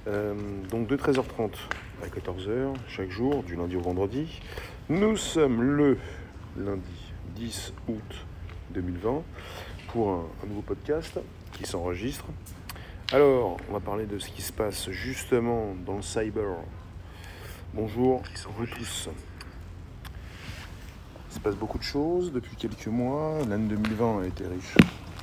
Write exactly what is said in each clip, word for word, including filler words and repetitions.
Euh, donc de treize heures trente à quatorze heures chaque jour, du lundi au vendredi. Nous sommes le lundi dix août deux mille vingt pour un, un nouveau podcast qui s'enregistre. Alors, on va parler de ce qui se passe justement dans le cyber. Bonjour, vous tous. Il se passe beaucoup de choses depuis quelques mois. L'année deux mille vingt a été riche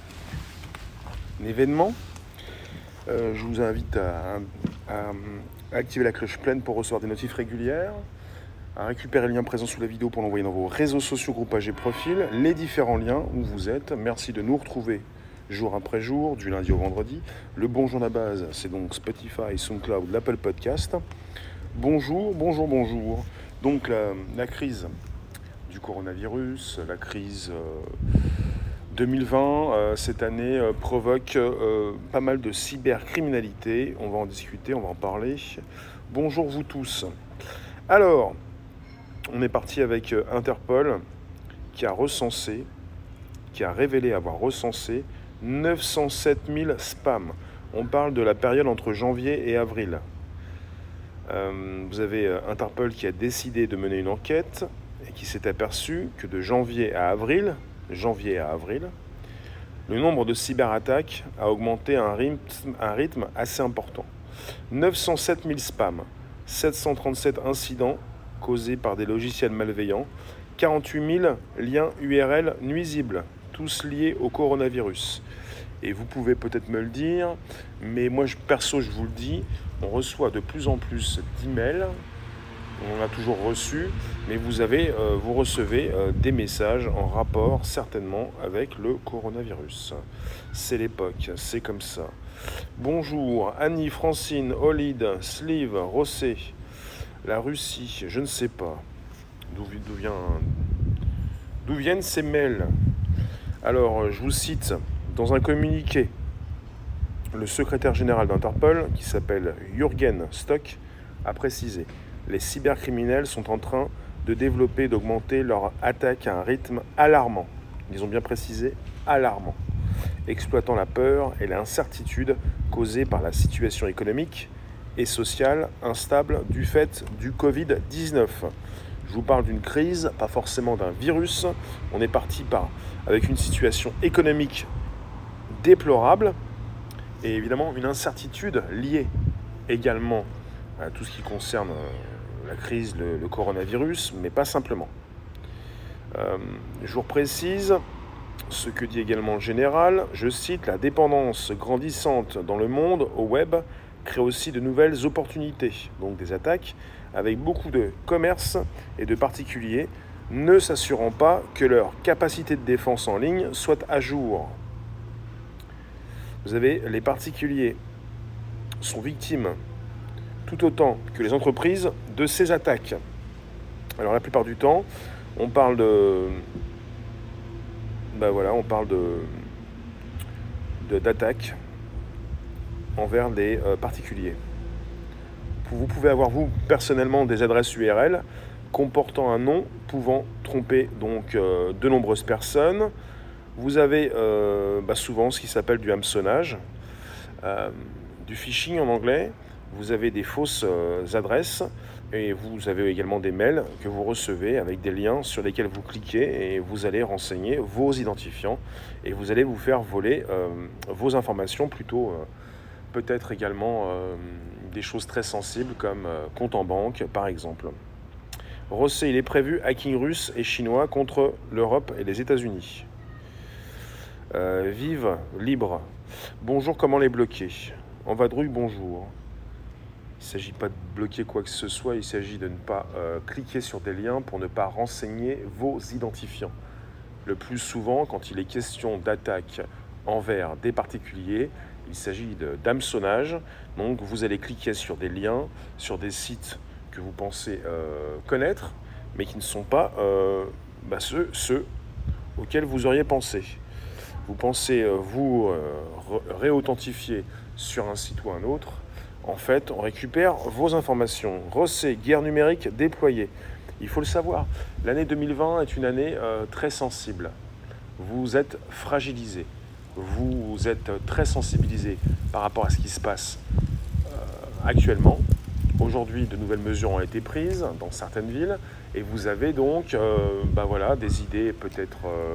d'événements. Euh, je vous invite à, à, à activer la cloche pleine pour recevoir des notifs régulières, à récupérer le lien présent sous la vidéo pour l'envoyer dans vos réseaux sociaux, groupages et profils, les différents liens où vous êtes. Merci de nous retrouver jour après jour, du lundi au vendredi. Le bonjour de la base, c'est donc Spotify, SoundCloud, l'Apple Podcast. Bonjour, bonjour, bonjour. Donc la, la crise du coronavirus, la crise... Euh, deux mille vingt, euh, cette année, euh, provoque euh, pas mal de cybercriminalité. On va en discuter, on va en parler. Bonjour vous tous. Alors, on est parti avec euh, Interpol qui a recensé, qui a révélé avoir recensé neuf cent sept mille spams. On parle de la période entre janvier et avril. Euh, vous avez euh, Interpol qui a décidé de mener une enquête et qui s'est aperçu que de janvier à avril, janvier à avril, le nombre de cyberattaques a augmenté à un rythme, un rythme assez important. neuf cent sept mille spams, sept cent trente-sept incidents causés par des logiciels malveillants, quarante-huit mille liens U R L nuisibles, tous liés au coronavirus. Et vous pouvez peut-être me le dire, mais moi perso je vous le dis, on reçoit de plus en plus d'emails. On en a toujours reçu, mais vous, avez, euh, vous recevez euh, des messages en rapport certainement avec le coronavirus. C'est l'époque, c'est comme ça. Bonjour, Annie, Francine, Olide, Slive, Rossé, la Russie, je ne sais pas d'où, d'où, vient, d'où viennent ces mails. Alors, je vous cite dans un communiqué, le secrétaire général d'Interpol, qui s'appelle Jürgen Stock, a précisé: les cybercriminels sont en train de développer et d'augmenter leur attaque à un rythme alarmant. Ils ont bien précisé, alarmant. Exploitant la peur et l'incertitude causées par la situation économique et sociale instable du fait du covid dix-neuf. Je vous parle d'une crise, pas forcément d'un virus. On est parti par, avec une situation économique déplorable et évidemment une incertitude liée également à tout ce qui concerne la crise, le, le coronavirus, mais pas simplement. Euh, je vous précise ce que dit également le général, je cite: la dépendance grandissante dans le monde au web crée aussi de nouvelles opportunités, donc des attaques, avec beaucoup de commerces et de particuliers ne s'assurant pas que leur capacité de défense en ligne soit à jour. Vous avez les particuliers sont victimes tout autant que les entreprises de ces attaques. Alors la plupart du temps, on parle de, ben voilà, on parle de, de d'attaques envers des euh, particuliers. Vous pouvez avoir vous personnellement des adresses U R L comportant un nom pouvant tromper donc euh, de nombreuses personnes. Vous avez euh, bah, souvent ce qui s'appelle du hameçonnage, euh, du phishing en anglais. Vous avez des fausses euh, adresses et vous avez également des mails que vous recevez avec des liens sur lesquels vous cliquez et vous allez renseigner vos identifiants et vous allez vous faire voler euh, vos informations, plutôt euh, peut-être également euh, des choses très sensibles comme euh, compte en banque par exemple. Rossé, il est prévu hacking russe et chinois contre l'Europe et les États-Unis. Euh, vive, libre. Bonjour, comment les bloquer? En vadrouille, bonjour. Il ne s'agit pas de bloquer quoi que ce soit, il s'agit de ne pas euh, cliquer sur des liens pour ne pas renseigner vos identifiants. Le plus souvent, quand il est question d'attaque envers des particuliers, il s'agit de, d'hameçonnage. Donc vous allez cliquer sur des liens, sur des sites que vous pensez euh, connaître, mais qui ne sont pas euh, bah, ceux, ceux auxquels vous auriez pensé. Vous pensez euh, vous euh, réauthentifier sur un site ou un autre. En fait, on récupère vos informations. Rossé, guerre numérique déployée. Il faut le savoir, l'année deux mille vingt est une année euh, très sensible. Vous êtes fragilisé. Vous êtes très sensibilisé par rapport à ce qui se passe euh, actuellement, aujourd'hui, de nouvelles mesures ont été prises dans certaines villes et vous avez donc euh, bah voilà, des idées peut-être, euh,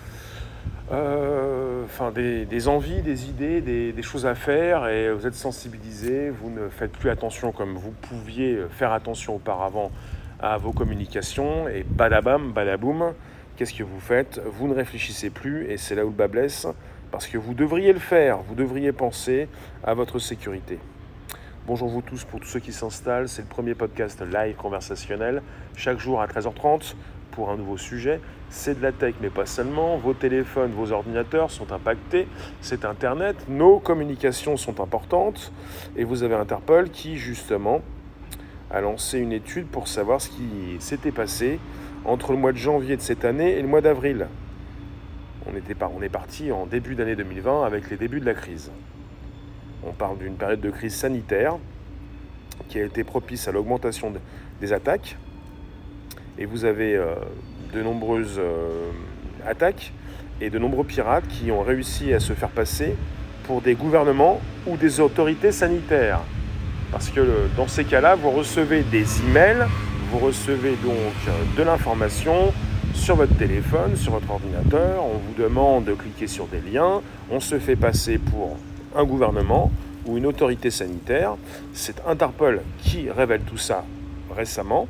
euh, enfin des, des envies, des idées, des, des choses à faire et vous êtes sensibilisé, vous ne faites plus attention comme vous pouviez faire attention auparavant à vos communications et badabam, badaboum, qu'est-ce que vous faites? Vous ne réfléchissez plus et c'est là où le bas blesse parce que vous devriez le faire, vous devriez penser à votre sécurité. Bonjour vous tous, pour tous ceux qui s'installent, c'est le premier podcast live conversationnel, chaque jour à treize heures trente pour un nouveau sujet. C'est de la tech, mais pas seulement. Vos téléphones, vos ordinateurs sont impactés, c'est Internet, nos communications sont importantes. Et vous avez Interpol qui, justement, a lancé une étude pour savoir ce qui s'était passé entre le mois de janvier de cette année et le mois d'avril. On, était par, on est parti en début d'année deux mille vingt avec les débuts de la crise. On parle d'une période de crise sanitaire qui a été propice à l'augmentation de, des attaques. Et vous avez euh, de nombreuses euh, attaques et de nombreux pirates qui ont réussi à se faire passer pour des gouvernements ou des autorités sanitaires. Parce que le, dans ces cas-là, vous recevez des emails, vous recevez donc de l'information sur votre téléphone, sur votre ordinateur. On vous demande de cliquer sur des liens. On se fait passer pour un gouvernement ou une autorité sanitaire. C'est Interpol qui révèle tout ça récemment.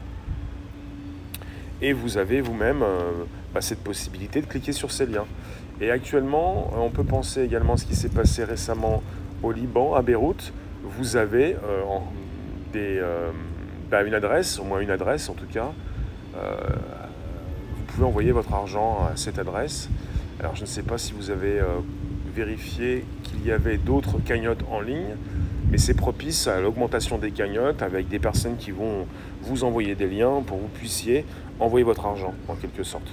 Et vous avez vous-même euh, bah, cette possibilité de cliquer sur ces liens. Et actuellement, on peut penser également à ce qui s'est passé récemment au Liban, à Beyrouth. Vous avez euh, des, euh, bah, une adresse, au moins une adresse en tout cas. Euh, vous pouvez envoyer votre argent à cette adresse. Alors je ne sais pas si vous avez euh, vérifié qu'il y avait d'autres cagnottes en ligne, mais c'est propice à l'augmentation des cagnottes avec des personnes qui vont vous envoyer des liens pour que vous puissiez envoyer votre argent en quelque sorte.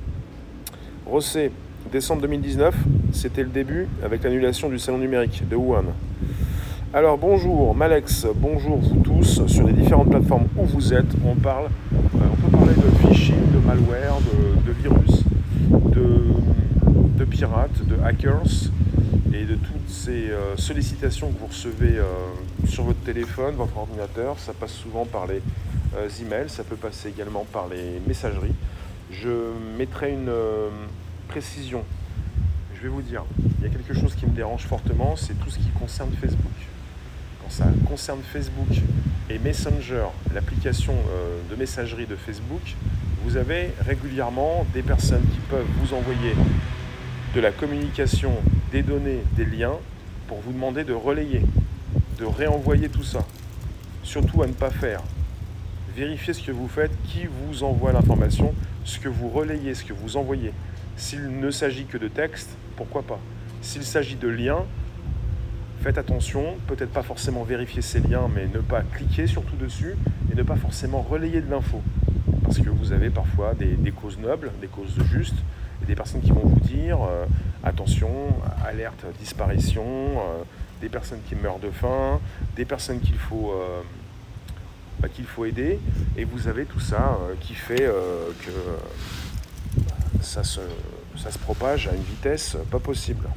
Rosset, décembre deux mille dix-neuf, c'était le début avec l'annulation du salon numérique de Wuhan. Alors bonjour Malex, bonjour vous tous sur les différentes plateformes où vous êtes. On parle, euh, on peut parler de phishing, de malware, de, de virus, de, de pirates, de hackers et de toutes ces euh, sollicitations que vous recevez euh, sur votre téléphone, votre ordinateur. Ça passe souvent par les euh, emails, ça peut passer également par les messageries. Je mettrai une euh, précision. Je vais vous dire, il y a quelque chose qui me dérange fortement, c'est tout ce qui concerne Facebook. Quand ça concerne Facebook et Messenger, l'application euh, de messagerie de Facebook, vous avez régulièrement des personnes qui peuvent vous envoyer de la communication, des données, des liens, pour vous demander de relayer, de réenvoyer tout ça. Surtout à ne pas faire. Vérifiez ce que vous faites, qui vous envoie l'information, ce que vous relayez, ce que vous envoyez. S'il ne s'agit que de texte, pourquoi pas? S'il s'agit de liens, faites attention, peut-être pas forcément vérifier ces liens, mais ne pas cliquer surtout dessus et ne pas forcément relayer de l'info. Parce que vous avez parfois des, des causes nobles, des causes justes, et des personnes qui vont vous dire euh, attention, alerte, disparition, euh, des personnes qui meurent de faim, des personnes qu'il faut, euh, bah, qu'il faut aider, et vous avez tout ça euh, qui fait euh, que euh, ça, se, ça se propage à une vitesse pas possible.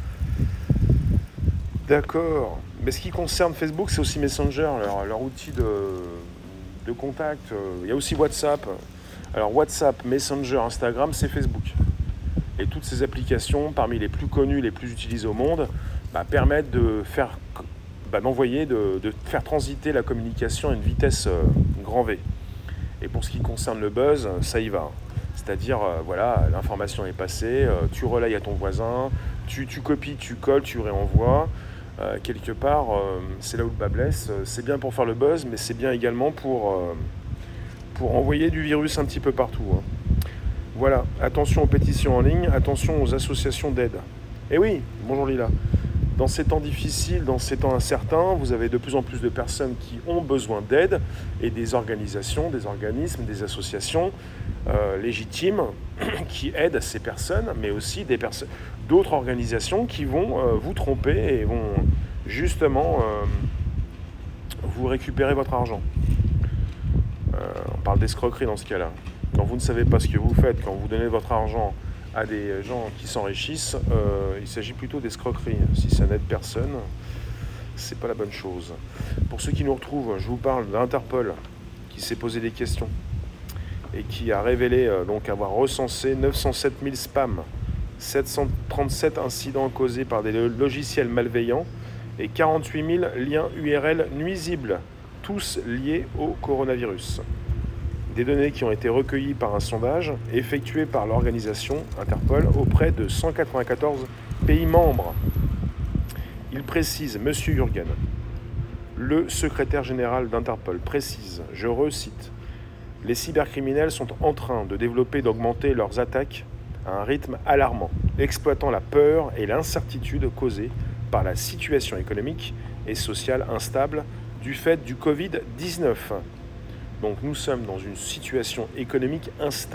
D'accord. Mais ce qui concerne Facebook, c'est aussi Messenger, leur, leur outil de, de contact. Il y a aussi WhatsApp. Alors WhatsApp, Messenger, Instagram, c'est Facebook. Et toutes ces applications, parmi les plus connues, les plus utilisées au monde, bah, permettent de faire, bah, d'envoyer, de, de faire transiter la communication à une vitesse euh, grand V. Et pour ce qui concerne le buzz, ça y va. C'est-à-dire, euh, voilà, l'information est passée, euh, tu relayes à ton voisin, tu, tu copies, tu colles, tu réenvoies. Euh, quelque part, euh, c'est là où le bas blesse. C'est bien pour faire le buzz, mais c'est bien également pour, euh, pour envoyer du virus un petit peu partout. Hein. Voilà, attention aux pétitions en ligne, attention aux associations d'aide. Et oui, bonjour Lila. Dans ces temps difficiles, dans ces temps incertains, vous avez de plus en plus de personnes qui ont besoin d'aide et des organisations, des organismes, des associations euh, légitimes qui aident ces personnes, mais aussi des personnes, d'autres organisations qui vont euh, vous tromper et vont justement euh, vous récupérer votre argent. Euh, on parle d'escroquerie dans ce cas-là. Quand vous ne savez pas ce que vous faites, quand vous donnez votre argent à des gens qui s'enrichissent, euh, il s'agit plutôt d'escroquerie. Si ça n'aide personne, c'est pas la bonne chose. Pour ceux qui nous retrouvent, je vous parle d'Interpol qui s'est posé des questions et qui a révélé euh, donc avoir recensé neuf cent sept mille spams, sept cent trente-sept incidents causés par des logiciels malveillants et quarante-huit mille liens U R L nuisibles, tous liés au coronavirus. Des données qui ont été recueillies par un sondage effectué par l'organisation Interpol auprès de cent quatre-vingt-quatorze pays membres. Il précise, Monsieur Jürgen, le secrétaire général d'Interpol précise, je recite, « Les cybercriminels sont en train de développer et d'augmenter leurs attaques à un rythme alarmant, exploitant la peur et l'incertitude causées par la situation économique et sociale instable du fait du covid dix-neuf. Donc nous sommes dans une situation économique instable. »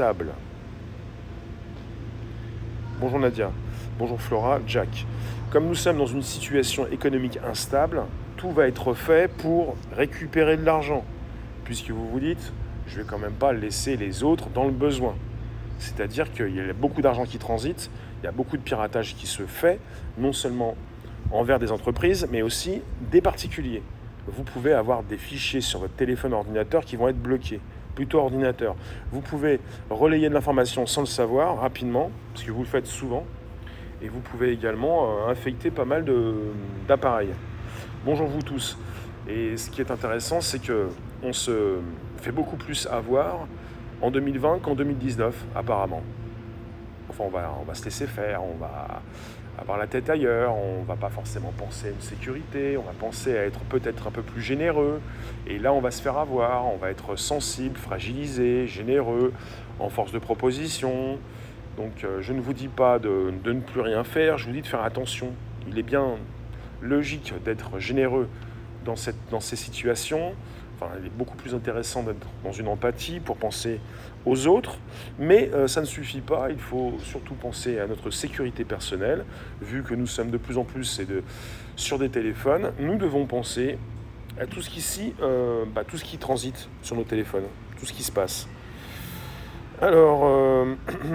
Bonjour Nadia, bonjour Flora, Jack. Comme nous sommes dans une situation économique instable, tout va être fait pour récupérer de l'argent, puisque vous vous dites, je ne vais quand même pas laisser les autres dans le besoin. C'est-à-dire qu'il y a beaucoup d'argent qui transite, il y a beaucoup de piratage qui se fait, non seulement envers des entreprises, mais aussi des particuliers. Vous pouvez avoir des fichiers sur votre téléphone ordinateur qui vont être bloqués, plutôt ordinateur. Vous pouvez relayer de l'information sans le savoir, rapidement, parce que vous le faites souvent, et vous pouvez également euh, infecter pas mal de, d'appareils. Bonjour vous tous. Et ce qui est intéressant, c'est qu'on se fait beaucoup plus avoir en deux mille vingt qu'en deux mille dix-neuf, apparemment. Enfin, on va, on va se laisser faire, on va avoir la tête ailleurs, on ne va pas forcément penser à une sécurité, on va penser à être peut-être un peu plus généreux. Et là, on va se faire avoir, on va être sensible, fragilisé, généreux, en force de proposition. Donc, euh, je ne vous dis pas de, de ne plus rien faire, je vous dis de faire attention. Il est bien logique d'être généreux dans, cette, dans ces situations. Enfin, il est beaucoup plus intéressant d'être dans une empathie pour penser aux autres, mais euh, ça ne suffit pas, il faut surtout penser à notre sécurité personnelle, vu que nous sommes de plus en plus et de, sur des téléphones, nous devons penser à tout ce qui, ici, euh, bah, tout ce qui transite sur nos téléphones, tout ce qui se passe. Alors, euh,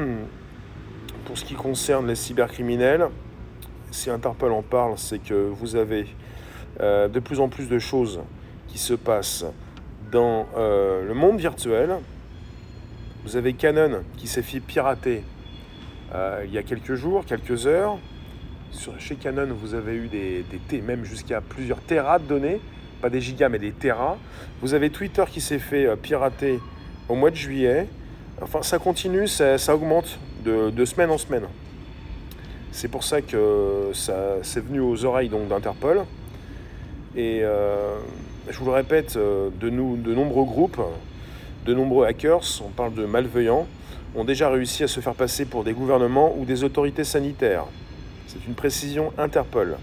pour ce qui concerne les cybercriminels, si Interpol en parle, c'est que vous avez euh, de plus en plus de choses qui se passent dans euh, le monde virtuel. Vous avez Canon qui s'est fait pirater euh, il y a quelques jours, quelques heures. Sur, chez Canon, vous avez eu des, des T, même jusqu'à plusieurs téras de données, pas des gigas mais des téras. Vous avez Twitter qui s'est fait euh, pirater au mois de juillet. Enfin, ça continue, ça, ça augmente de, de semaine en semaine. C'est pour ça que ça, c'est venu aux oreilles donc, d'Interpol. Et euh, je vous le répète, de, nous, de nombreux groupes, de nombreux hackers, on parle de malveillants, ont déjà réussi à se faire passer pour des gouvernements ou des autorités sanitaires. C'est une précision Interpol.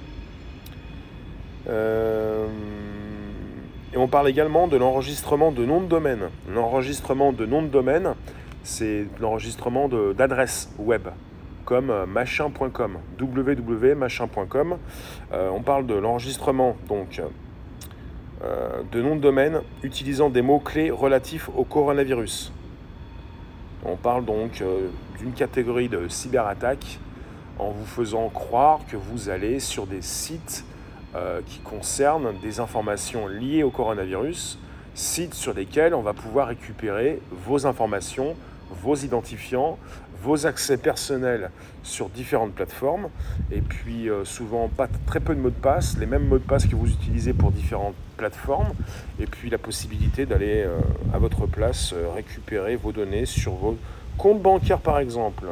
Euh, et on parle également de l'enregistrement de noms de domaine. L'enregistrement de noms de domaine, c'est l'enregistrement de, d'adresses web, comme machin point com, w w w point machin point com. Euh, on parle de l'enregistrement donc euh, de noms de domaine utilisant des mots-clés relatifs au coronavirus. On parle donc euh, d'une catégorie de cyberattaque en vous faisant croire que vous allez sur des sites euh, qui concernent des informations liées au coronavirus, sites sur lesquels on va pouvoir récupérer vos informations, vos identifiants, vos accès personnels sur différentes plateformes, et puis euh, souvent pas très peu de mots de passe, les mêmes mots de passe que vous utilisez pour différentes plateformes, et puis la possibilité d'aller euh, à votre place euh, récupérer vos données sur vos comptes bancaires par exemple.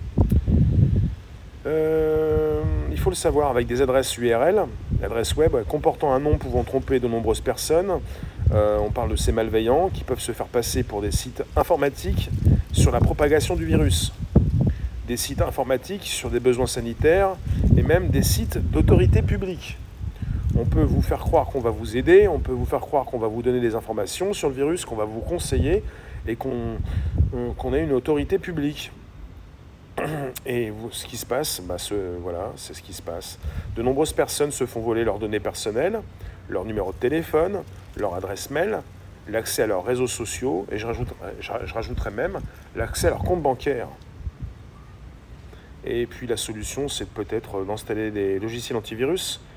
Euh, il faut le savoir, avec des adresses U R L, adresses web comportant un nom pouvant tromper de nombreuses personnes, euh, on parle de ces malveillants qui peuvent se faire passer pour des sites informatiques sur la propagation du virus, des sites informatiques sur des besoins sanitaires et même des sites d'autorité publique. On peut vous faire croire qu'on va vous aider, on peut vous faire croire qu'on va vous donner des informations sur le virus, qu'on va vous conseiller et qu'on, qu'on ait une autorité publique. Et ce qui se passe, bah ce, voilà, c'est ce qui se passe. De nombreuses personnes se font voler leurs données personnelles, leur numéro de téléphone, leur adresse mail, l'accès à leurs réseaux sociaux, et je rajouterai, je rajouterai même l'accès à leur compte bancaire. Et puis la solution, c'est peut-être d'installer des logiciels antivirus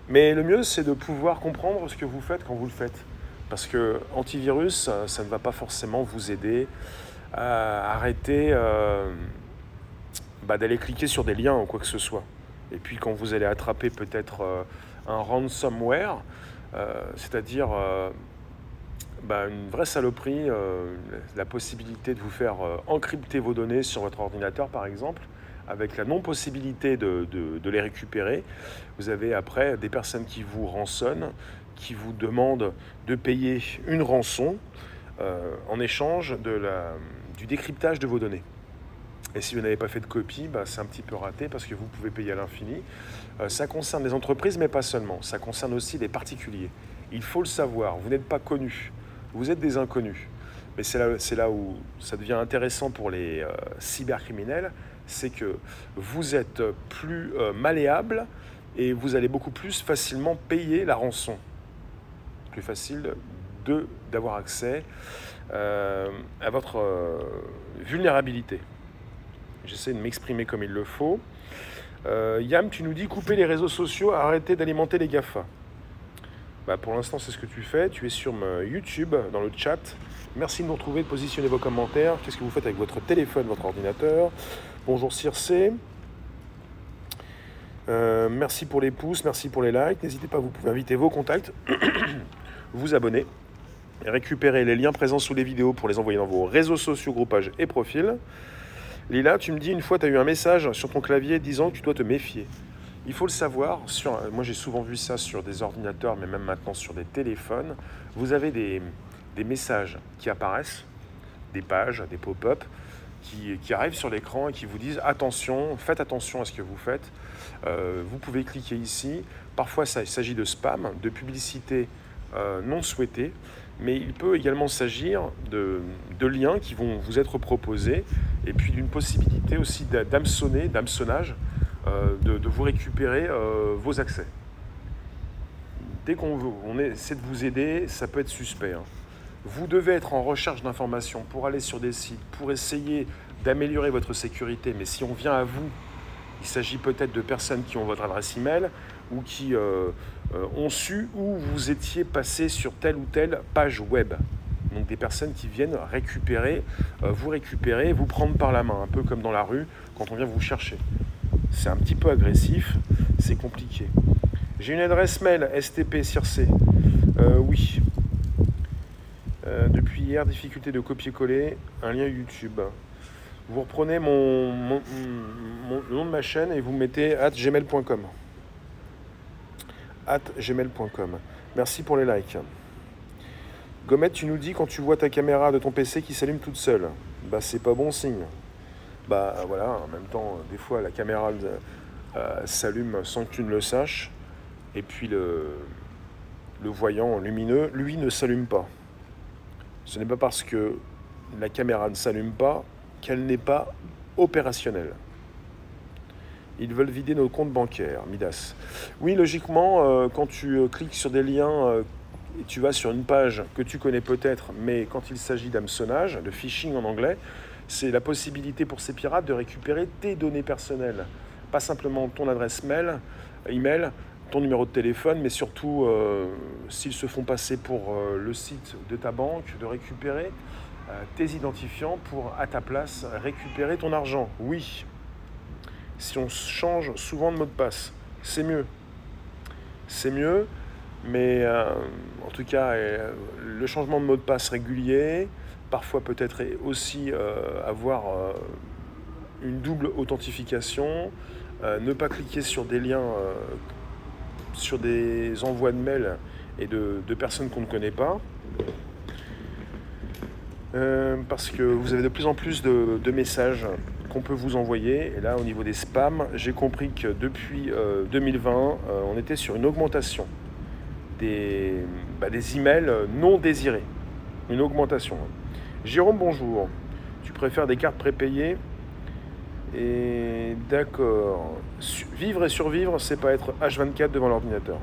Mais le mieux, c'est de pouvoir comprendre ce que vous faites quand vous le faites. Parce que antivirus, ça ne va pas forcément vous aider à arrêter euh, bah, d'aller cliquer sur des liens ou quoi que ce soit. Et puis quand vous allez attraper peut-être euh, un ransomware, euh, c'est-à-dire euh, bah, une vraie saloperie, euh, la possibilité de vous faire euh, encrypter vos données sur votre ordinateur par exemple, avec la non-possibilité de, de, de les récupérer. Vous avez après des personnes qui vous rançonnent, qui vous demandent de payer une rançon euh, en échange de la, du décryptage de vos données. Et si vous n'avez pas fait de copie, bah, c'est un petit peu raté parce que vous pouvez payer à l'infini. Euh, ça concerne les entreprises, mais pas seulement. Ça concerne aussi les particuliers. Il faut le savoir, vous n'êtes pas connus, vous êtes des inconnus. Mais c'est là, c'est là où ça devient intéressant pour les euh, cybercriminels, c'est que vous êtes plus euh, malléable et vous allez beaucoup plus facilement payer la rançon. Plus facile de, d'avoir accès euh, à votre euh, vulnérabilité. J'essaie de m'exprimer comme il le faut. Euh, Yam, tu nous dis couper les réseaux sociaux, arrêter d'alimenter les GAFA. Bah, pour l'instant, c'est ce que tu fais. Tu es sur YouTube, dans le chat. Merci de nous retrouver, de positionner vos commentaires. Qu'est-ce que vous faites avec votre téléphone, votre ordinateur? Bonjour Circé. Euh, merci pour les pouces, merci pour les likes. N'hésitez pas, vous pouvez inviter vos contacts, vous abonner, et récupérer les liens présents sous les vidéos pour les envoyer dans vos réseaux sociaux, groupages et profils. Lila, tu me dis, une fois, tu as eu un message sur ton clavier disant que tu dois te méfier. Il faut le savoir, sur, moi j'ai souvent vu ça sur des ordinateurs, mais même maintenant sur des téléphones. Vous avez des, des messages qui apparaissent, des pages, des pop-up, qui, qui arrivent sur l'écran et qui vous disent « Attention, faites attention à ce que vous faites. Euh, vous pouvez cliquer ici. » Parfois, ça, il s'agit de spam, de publicité euh, non souhaitée. Mais il peut également s'agir de, de liens qui vont vous être proposés et puis d'une possibilité aussi d'hameçonner, d'hameçonnage, euh, de, de vous récupérer euh, vos accès. Dès qu'on veut, on essaie de vous aider, ça peut être suspect. Hein. Vous devez être en recherche d'informations pour aller sur des sites, pour essayer d'améliorer votre sécurité. Mais si on vient à vous, il s'agit peut-être de personnes qui ont votre adresse email ou qui euh, euh, ont su où vous étiez passé sur telle ou telle page web. Donc des personnes qui viennent récupérer, euh, vous récupérer, vous prendre par la main, un peu comme dans la rue quand on vient vous chercher. C'est un petit peu agressif, c'est compliqué. J'ai une adresse mail S T P Circé. Euh, oui. Euh, depuis hier, difficulté de copier-coller un lien YouTube. Vous reprenez mon, mon, mon, le nom de ma chaîne et vous mettez at gmail point com. at gmail point com. Merci pour les likes. Gomet, tu nous dis quand tu vois ta caméra de ton P C qui s'allume toute seule. Bah c'est pas bon signe. Bah voilà, en même temps, des fois la caméra euh, s'allume sans que tu ne le saches. Et puis le, le voyant lumineux, lui, ne s'allume pas. Ce n'est pas parce que la caméra ne s'allume pas qu'elle n'est pas opérationnelle. Ils veulent vider nos comptes bancaires, Midas. Oui, logiquement, euh, quand tu euh, cliques sur des liens euh, et tu vas sur une page que tu connais peut-être, mais quand il s'agit d'hameçonnage, de phishing en anglais, c'est la possibilité pour ces pirates de récupérer tes données personnelles. Pas simplement ton adresse mail, email, ton numéro de téléphone, mais surtout, euh, s'ils se font passer pour euh, le site de ta banque, de récupérer euh, tes identifiants pour, à ta place, récupérer ton argent. Oui. Si on change souvent de mot de passe, c'est mieux. C'est mieux, mais euh, en tout cas, euh, le changement de mot de passe régulier, parfois peut-être aussi euh, avoir euh, une double authentification, euh, ne pas cliquer sur des liens, euh, sur des envois de mails et de, de personnes qu'on ne connaît pas. Euh, parce que vous avez de plus en plus de, de messages qu'on peut vous envoyer. Et là, au niveau des spams, j'ai compris que depuis euh, deux mille vingt, euh, on était sur une augmentation des, bah, des emails non désirés. Une augmentation. Jérôme, bonjour. Tu préfères des cartes prépayées? Et d'accord. Vivre et survivre, c'est pas être H vingt-quatre devant l'ordinateur.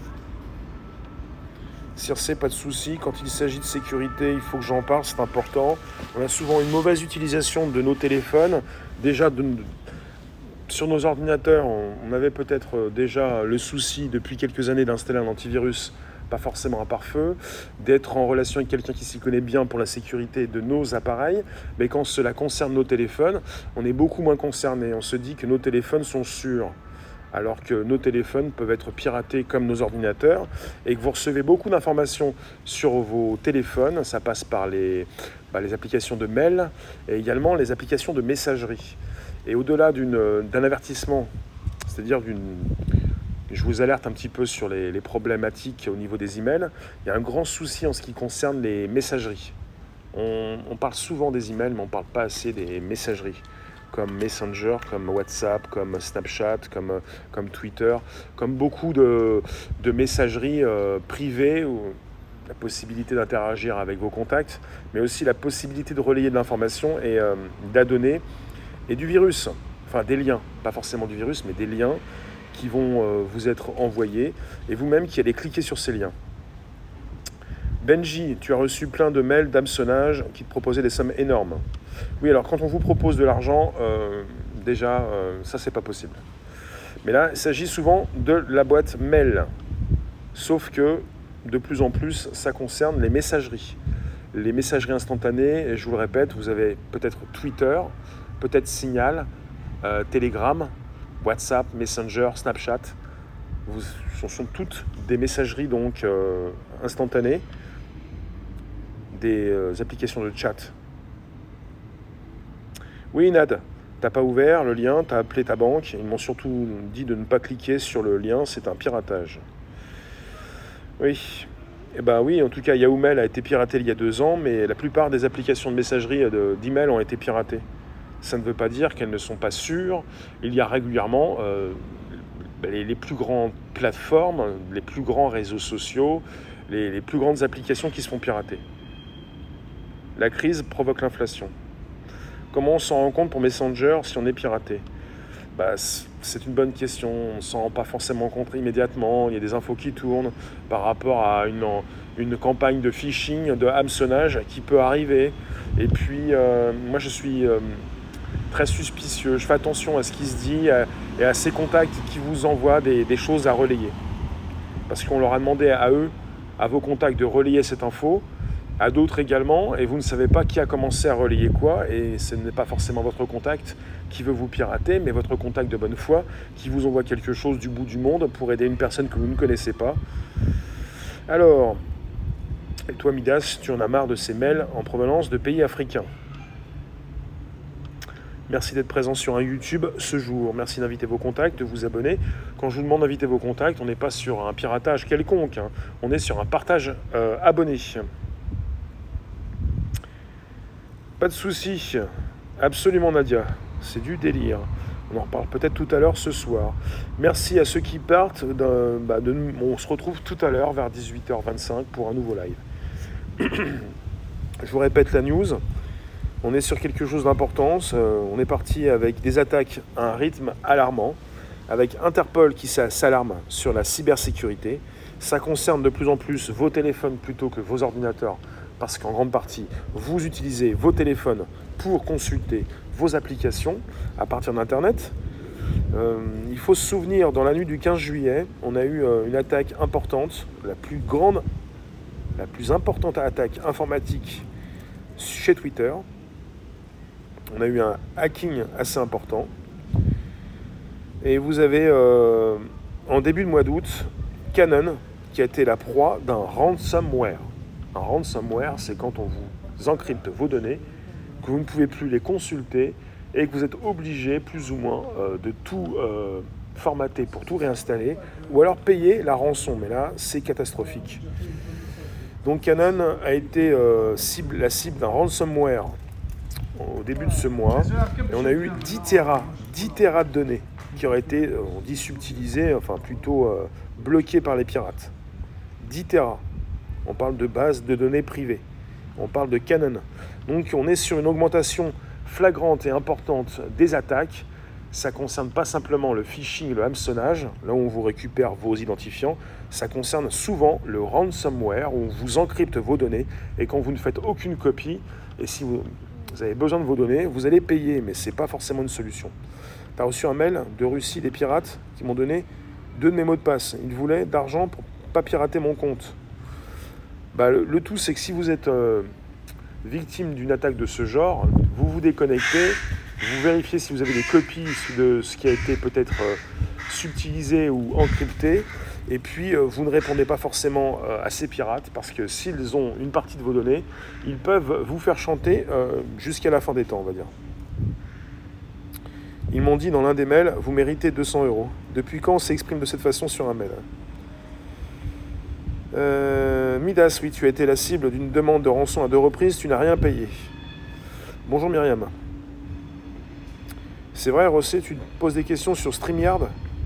Circé, pas de souci. Quand il s'agit de sécurité, il faut que j'en parle, c'est important. On a souvent une mauvaise utilisation de nos téléphones. Déjà, de, sur nos ordinateurs, on, on avait peut-être déjà le souci depuis quelques années d'installer un antivirus, pas forcément un pare-feu, d'être en relation avec quelqu'un qui s'y connaît bien pour la sécurité de nos appareils, mais quand cela concerne nos téléphones, on est beaucoup moins concerné. On se dit que nos téléphones sont sûrs, alors que nos téléphones peuvent être piratés comme nos ordinateurs, et que vous recevez beaucoup d'informations sur vos téléphones. Ça passe par les, bah, les applications de mail et également les applications de messagerie. Et au-delà d'une, d'un avertissement, c'est-à-dire d'une... je vous alerte un petit peu sur les, les problématiques au niveau des emails, il y a un grand souci en ce qui concerne les messageries. On, on parle souvent des emails, mais on ne parle pas assez des messageries, comme Messenger, comme WhatsApp, comme Snapchat, comme, comme Twitter, comme beaucoup de, de messageries euh, privées, où la possibilité d'interagir avec vos contacts, mais aussi la possibilité de relayer de l'information et euh, d'adonner et du virus, enfin des liens, pas forcément du virus, mais des liens qui vont euh, vous être envoyés, et vous-même qui allez cliquer sur ces liens. Benji, tu as reçu plein de mails d'hameçonnage qui te proposaient des sommes énormes. Oui, alors quand on vous propose de l'argent, euh, déjà, euh, ça c'est pas possible. Mais là, il s'agit souvent de la boîte mail. Sauf que, de plus en plus, ça concerne les messageries. Les messageries instantanées, et je vous le répète, vous avez peut-être Twitter, peut-être Signal, euh, Telegram, WhatsApp, Messenger, Snapchat. Vous, ce sont toutes des messageries donc euh, instantanées, des euh, applications de chat. Oui, Nad, t'as pas ouvert le lien, t'as appelé ta banque. Ils m'ont surtout dit de ne pas cliquer sur le lien, c'est un piratage. Oui, eh ben oui, en tout cas, Yahoo Mail a été piraté il y a deux ans, mais la plupart des applications de messagerie de, d'email ont été piratées. Ça ne veut pas dire qu'elles ne sont pas sûres. Il y a régulièrement euh, les, les plus grandes plateformes, les plus grands réseaux sociaux, les, les plus grandes applications qui se font pirater. La crise provoque l'inflation. Comment on s'en rend compte pour Messenger si on est piraté ? Bah, c'est une bonne question. On ne s'en rend pas forcément compte immédiatement. Il y a des infos qui tournent par rapport à une, une campagne de phishing, de hameçonnage qui peut arriver. Et puis, euh, moi, je suis... Euh, très suspicieux, je fais attention à ce qui se dit et à ces contacts qui vous envoient des, des choses à relayer. Parce qu'on leur a demandé à eux, à vos contacts, de relayer cette info, à d'autres également, et vous ne savez pas qui a commencé à relayer quoi, et ce n'est pas forcément votre contact qui veut vous pirater, mais votre contact de bonne foi qui vous envoie quelque chose du bout du monde pour aider une personne que vous ne connaissez pas. Alors, et toi Midas, tu en as marre de ces mails en provenance de pays africains. Merci d'être présent sur un YouTube ce jour. Merci d'inviter vos contacts, de vous abonner. Quand je vous demande d'inviter vos contacts, on n'est pas sur un piratage quelconque. Hein. On est sur un partage euh, abonné. Pas de souci. Absolument Nadia. C'est du délire. On en reparle peut-être tout à l'heure ce soir. Merci à ceux qui partent. De, bah de, on se retrouve tout à l'heure vers dix-huit heures vingt-cinq pour un nouveau live. Je vous répète la news. On est sur quelque chose d'importance. Euh, on est parti avec des attaques à un rythme alarmant, avec Interpol qui s'alarme sur la cybersécurité. Ça concerne de plus en plus vos téléphones plutôt que vos ordinateurs, parce qu'en grande partie, vous utilisez vos téléphones pour consulter vos applications à partir d'Internet. Euh, il faut se souvenir, dans la nuit du quinze juillet, on a eu euh, une attaque importante, la plus grande, la plus importante attaque informatique chez Twitter. On a eu un hacking assez important. Et vous avez, euh, en début de mois d'août, Canon qui a été la proie d'un ransomware. Un ransomware, c'est quand on vous encrypte vos données, que vous ne pouvez plus les consulter et que vous êtes obligé, plus ou moins, euh, de tout euh, formater pour tout réinstaller, ou alors payer la rançon. Mais là, c'est catastrophique. Donc Canon a été euh, cible, la cible d'un ransomware au début de ce mois, et on a eu dix téra, dix téra de données qui auraient été, on dit subtilisées, enfin plutôt euh, bloquées par les pirates. dix téra. On parle de bases de données privées. On parle de Canon. Donc on est sur une augmentation flagrante et importante des attaques. Ça ne concerne pas simplement le phishing, le hameçonnage, là où on vous récupère vos identifiants. Ça concerne souvent le ransomware, où on vous encrypte vos données, et quand vous ne faites aucune copie, et si vous, vous avez besoin de vos données, vous allez payer, mais ce n'est pas forcément une solution. tu as reçu un mail de Russie, des pirates, qui m'ont donné deux de mes mots de passe. Ils voulaient d'argent pour ne pas pirater mon compte. Bah, le, le tout, c'est que si vous êtes euh, victime d'une attaque de ce genre, vous vous déconnectez, vous vérifiez si vous avez des copies de ce qui a été peut-être euh, subtilisé ou encrypté, et puis euh, vous ne répondez pas forcément euh, à ces pirates, parce que s'ils ont une partie de vos données, ils peuvent vous faire chanter euh, jusqu'à la fin des temps, on va dire. Ils m'ont dit dans l'un des mails, vous méritez deux cents euros. Depuis quand on s'exprime de cette façon sur un mail ? euh, Midas, oui, tu as été la cible d'une demande de rançon à deux reprises, tu n'as rien payé. Bonjour Myriam. C'est vrai, Rossé, tu te poses des questions sur StreamYard ?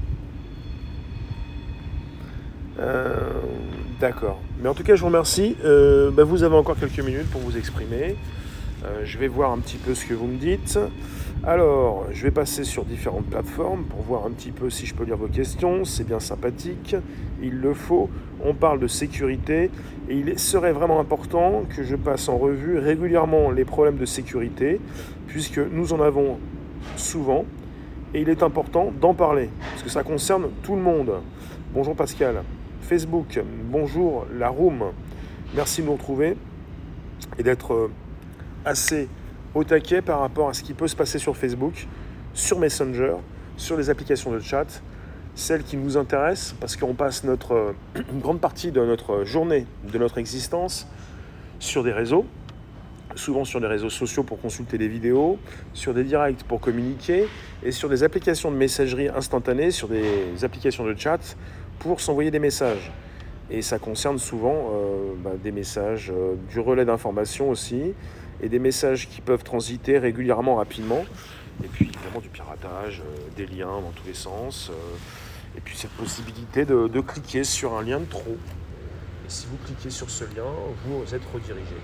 euh, D'accord. Mais en tout cas, je vous remercie. Euh, bah, vous avez encore quelques minutes pour vous exprimer. Euh, je vais voir un petit peu ce que vous me dites. Alors, je vais passer sur différentes plateformes pour voir un petit peu si je peux lire vos questions. C'est bien sympathique, il le faut. On parle de sécurité et il serait vraiment important que je passe en revue régulièrement les problèmes de sécurité puisque nous en avons souvent et il est important d'en parler parce que ça concerne tout le monde. Bonjour Pascal. Facebook, bonjour la room. Merci de nous retrouver et d'être assez au taquet par rapport à ce qui peut se passer sur Facebook, sur Messenger, sur les applications de chat, celles qui nous intéressent parce qu'on passe notre, une grande partie de notre journée, de notre existence sur des réseaux, souvent sur des réseaux sociaux pour consulter des vidéos, sur des directs pour communiquer et sur des applications de messagerie instantanée, sur des applications de chat pour s'envoyer des messages. Et ça concerne souvent euh, bah, des messages, euh, du relais d'information aussi, et des messages qui peuvent transiter régulièrement, rapidement. Et puis évidemment du piratage, euh, des liens dans tous les sens. Euh, et puis cette possibilité de, de cliquer sur un lien de trop. Et si vous cliquez sur ce lien, vous êtes redirigé.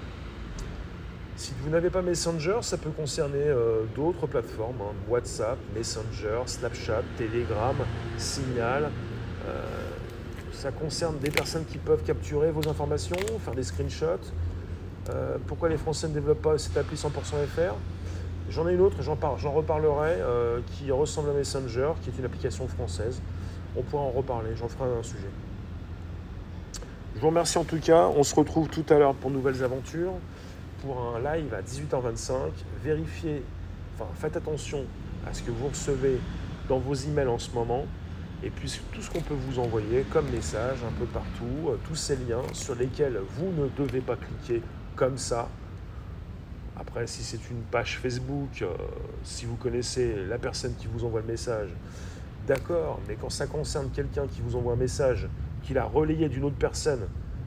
Si vous n'avez pas Messenger, ça peut concerner euh, d'autres plateformes. Hein, WhatsApp, Messenger, Snapchat, Telegram, Signal. Euh, ça concerne des personnes qui peuvent capturer vos informations, faire des screenshots. Euh, pourquoi les Français ne développent pas cette appli cent pour cent F R ? J'en ai une autre, j'en, par, j'en reparlerai, euh, qui ressemble à Messenger, qui est une application française. On pourra en reparler, j'en ferai un sujet. Je vous remercie en tout cas. On se retrouve tout à l'heure pour de nouvelles aventures, pour un live à dix-huit heures vingt-cinq. Vérifiez, enfin faites attention à ce que vous recevez dans vos emails en ce moment. Et puis tout ce qu'on peut vous envoyer comme message un peu partout, euh, tous ces liens sur lesquels vous ne devez pas cliquer comme ça. Après, si c'est une page Facebook, euh, si vous connaissez la personne qui vous envoie le message, d'accord, mais quand ça concerne quelqu'un qui vous envoie un message, qu'il a relayé d'une autre personne,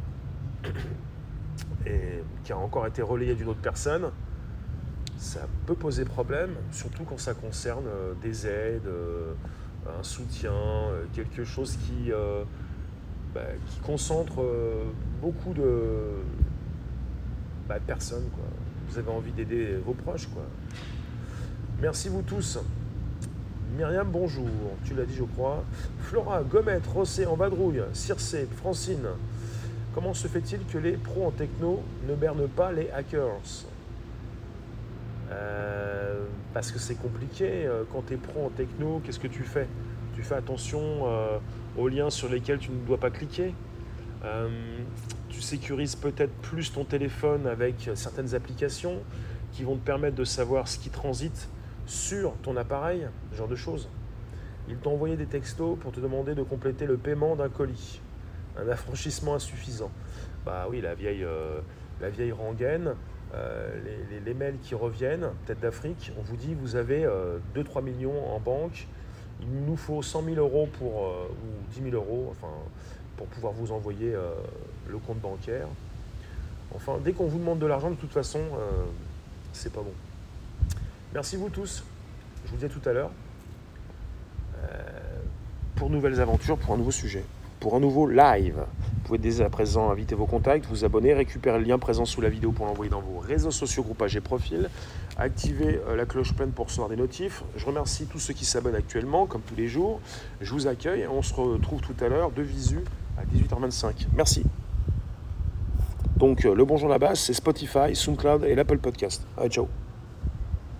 et qui a encore été relayé d'une autre personne, ça peut poser problème, surtout quand ça concerne euh, des aides, euh, un soutien, euh, quelque chose qui, euh, bah, qui concentre euh, beaucoup de, bah, de personnes, quoi. Vous avez envie d'aider vos proches, quoi. Merci vous tous. Myriam, bonjour. Tu l'as dit, je crois. Flora, Gommette, Rossé en vadrouille, Circé, Francine. Comment se fait-il que les pros en techno ne bernent pas les hackers ? euh, Parce que c'est compliqué. Quand tu es pro en techno, qu'est-ce que tu fais ? Tu fais attention euh, aux liens sur lesquels tu ne dois pas cliquer. Euh, tu sécurises peut-être plus ton téléphone avec certaines applications qui vont te permettre de savoir ce qui transite sur ton appareil, ce genre de choses. Ils t'ont envoyé des textos pour te demander de compléter le paiement d'un colis. Un affranchissement insuffisant. Bah oui, la vieille, euh, la vieille rengaine, euh, les, les, les mails qui reviennent, peut-être d'Afrique, on vous dit vous avez euh, deux à trois millions en banque, il nous faut cent mille euros pour, euh, ou dix mille euros enfin, pour pouvoir vous envoyer euh, le compte bancaire. Enfin, dès qu'on vous demande de l'argent, de toute façon, euh, c'est pas bon. Merci vous tous. Je vous dis à tout à l'heure euh, pour nouvelles aventures, pour un nouveau sujet, pour un nouveau live. Vous pouvez dès à présent inviter vos contacts, vous abonner, récupérer le lien présent sous la vidéo pour l'envoyer dans vos réseaux sociaux, groupages et profils. Activez la cloche pleine pour recevoir des notifs. Je remercie tous ceux qui s'abonnent actuellement, comme tous les jours. Je vous accueille et on se retrouve tout à l'heure de visu à dix-huit heures vingt-cinq. Merci. Donc le Bonjour la base, c'est Spotify, SoundCloud et l'Apple Podcast. Allez, ciao.